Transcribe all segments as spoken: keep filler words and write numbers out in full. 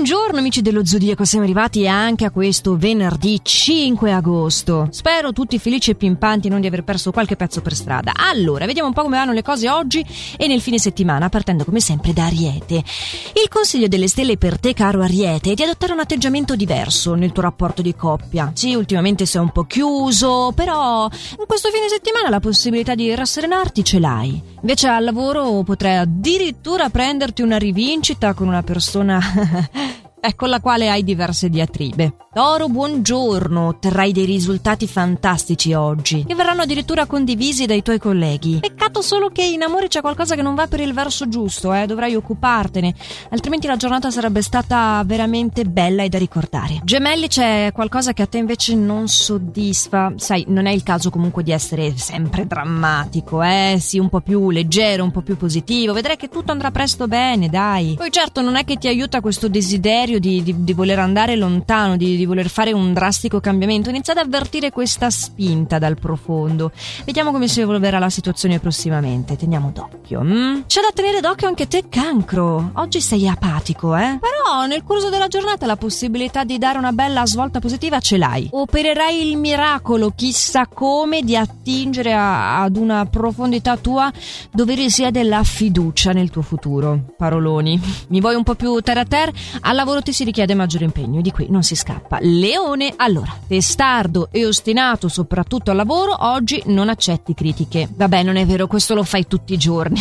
Buongiorno amici dello Zodiaco, siamo arrivati anche a questo venerdì cinque agosto. Spero tutti felici e pimpanti, non di aver perso qualche pezzo per strada. Allora, vediamo un po' come vanno le cose oggi e nel fine settimana, partendo come sempre da Ariete. Il consiglio delle stelle per te, caro Ariete, è di adottare un atteggiamento diverso nel tuo rapporto di coppia. Sì, ultimamente sei un po' chiuso, però in questo fine settimana la possibilità di rasserenarti ce l'hai. Invece al lavoro potrai addirittura prenderti una rivincita con una persona eh, con la quale hai diverse diatribe. Toro, buongiorno, otterrai dei risultati fantastici oggi, che verranno addirittura condivisi dai tuoi colleghi. Peccato solo che in amore c'è qualcosa che non va per il verso giusto, eh, dovrai occupartene, altrimenti la giornata sarebbe stata veramente bella e da ricordare. Gemelli, c'è qualcosa che a te invece non soddisfa. Sai, non è il caso comunque di essere sempre drammatico, eh, sì, un po' più leggero, un po' più positivo, vedrai che tutto andrà presto bene, dai. Poi certo non è che ti aiuta questo desiderio di, di, di voler andare lontano, di, di voler fare un drastico cambiamento. Inizia ad avvertire questa spinta dal profondo. Vediamo come si evolverà la situazione prossimamente, teniamo d'occhio. mm? C'è da tenere d'occhio anche te, Cancro. Oggi sei apatico, eh? Però nel corso della giornata la possibilità di dare una bella svolta positiva ce l'hai. Opererai il miracolo, chissà come, di attingere a, ad una profondità tua dove risiede la fiducia nel tuo futuro. Paroloni. Mi vuoi un po' più terra a terra? Al lavoro ti si richiede maggiore impegno, di qui non si scappa. Leone, allora, testardo e ostinato soprattutto al lavoro, oggi non accetti critiche. Vabbè, non è vero, questo lo fai tutti i giorni.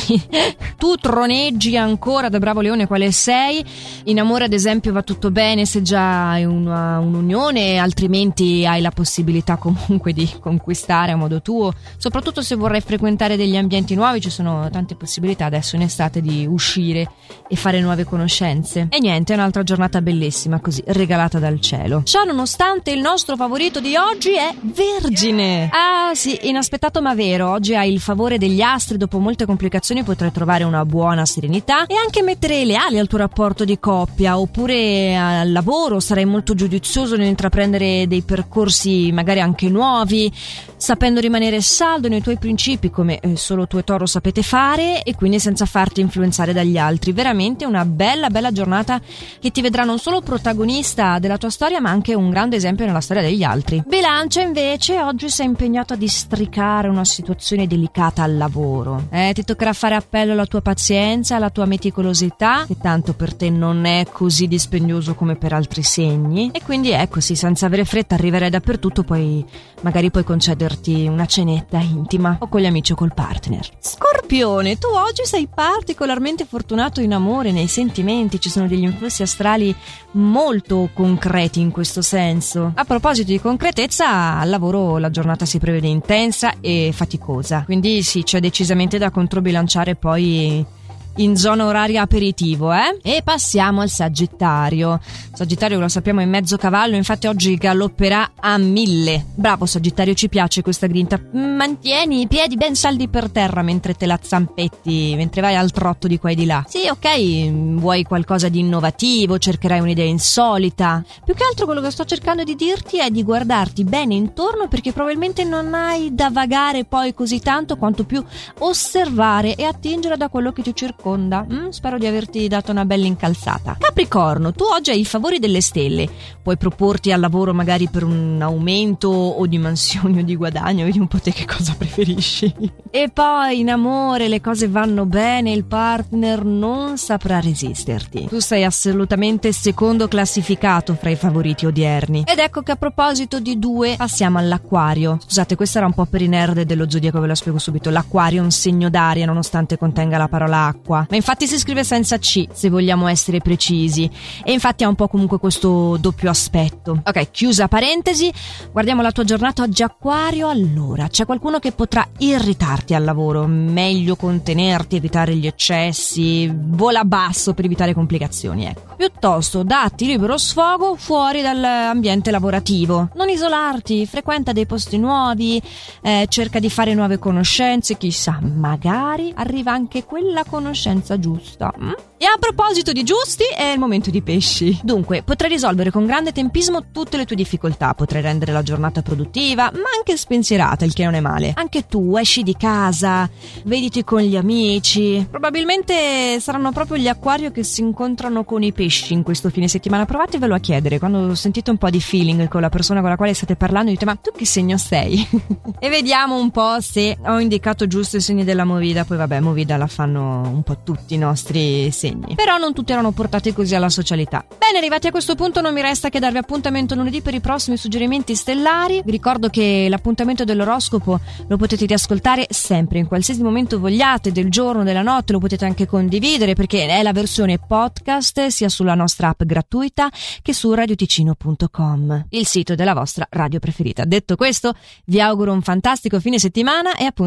Tu troneggi ancora da bravo leone quale sei. In amore ad esempio va tutto bene se già hai una, un'unione, altrimenti hai la possibilità comunque di conquistare a modo tuo, soprattutto se vorrai frequentare degli ambienti nuovi. Ci sono tante possibilità adesso in estate di uscire e fare nuove conoscenze. E niente, è un'altra giornata bellissima così, regalata dal cielo. Ciò nonostante, il nostro favorito di oggi è Vergine. Ah sì, inaspettato ma vero, oggi hai il favore degli astri, dopo molte complicazioni potrai trovare una buona serenità e anche mettere le ali al tuo rapporto di coppia, oppure al lavoro sarai molto giudizioso nell'intraprendere dei percorsi magari anche nuovi, sapendo rimanere saldo nei tuoi principi come eh, solo tu e Toro sapete fare, e quindi senza farti influenzare dagli altri. Veramente una bella bella giornata che ti vedrà non solo protagonista della tua storia ma anche un grande esempio nella storia degli altri. Bilancia invece, oggi sei impegnato a districare una situazione delicata al lavoro. Eh, ti toccherà fare appello alla tua pazienza, alla tua meticolosità, che tanto per te non è così dispendioso come per altri segni, e quindi ecco sì, senza avere fretta arriverai dappertutto, poi magari puoi concederti una cenetta intima o con gli amici o col partner. Scorpione, tu oggi sei particolarmente fortunato in amore, nei sentimenti, ci sono degli influssi astrali molto concreti in questo senso. A proposito di concretezza, al lavoro la giornata si prevede intensa e faticosa, quindi sì, c'è decisamente da controbilanciare poi in zona oraria aperitivo, eh? E passiamo al Sagittario. Sagittario, lo sappiamo, è in mezzo cavallo, infatti oggi galopperà a mille. Bravo Sagittario, ci piace questa grinta. Mantieni i piedi ben saldi per terra mentre te la zampetti, mentre vai al trotto di qua e di là. Sì, ok, vuoi qualcosa di innovativo, cercherai un'idea insolita. Più che altro quello che sto cercando di dirti è di guardarti bene intorno, perché probabilmente non hai da vagare poi così tanto quanto più osservare e attingere da quello che ti circonda. Mm, spero di averti dato una bella incalzata. Capricorno, tu oggi hai i favori delle stelle, puoi proporti al lavoro magari per un aumento o di mansioni o di guadagno, vedi un po' te che cosa preferisci. E poi in amore le cose vanno bene, il partner non saprà resisterti, tu sei assolutamente secondo classificato fra i favoriti odierni. Ed ecco che a proposito di due passiamo all'Acquario. Scusate, questo era un po' per i nerd dello zodiaco, ve lo spiego subito. L'Acquario è un segno d'aria nonostante contenga la parola acqua, ma infatti si scrive senza C se vogliamo essere precisi, e infatti ha un po' comunque questo doppio aspetto. Ok, chiusa parentesi, guardiamo la tua giornata oggi Acquario. Allora, c'è qualcuno che potrà irritarti al lavoro, meglio contenerti, evitare gli eccessi, vola basso per evitare complicazioni, ecco. Piuttosto datti libero sfogo fuori dall'ambiente lavorativo, non isolarti, frequenta dei posti nuovi, eh, cerca di fare nuove conoscenze, chissà, magari arriva anche quella conoscenza giusta. Mm? E a proposito di giusti, è il momento di pesci. Dunque, potrai risolvere con grande tempismo tutte le tue difficoltà, potrai rendere la giornata produttiva, ma anche spensierata, il che non è male. Anche tu esci di casa, vediti con gli amici. Probabilmente saranno proprio gli acquario che si incontrano con i pesci in questo fine settimana. Provatevelo a chiedere, quando sentite un po' di feeling con la persona con la quale state parlando, dite: ma tu che segno sei? E vediamo un po' se ho indicato giusto i segni della movida. Poi vabbè, movida la fanno un po' tutti i nostri segni. Però non tutti erano portati così alla socialità. Bene, arrivati a questo punto non mi resta che darvi appuntamento lunedì per i prossimi suggerimenti stellari. Vi ricordo che l'appuntamento dell'oroscopo lo potete riascoltare sempre, in qualsiasi momento vogliate, del giorno, della notte. Lo potete anche condividere, perché è la versione podcast sia sulla nostra app gratuita che su radioticino punto com, il sito della vostra radio preferita. Detto questo, vi auguro un fantastico fine settimana e appunto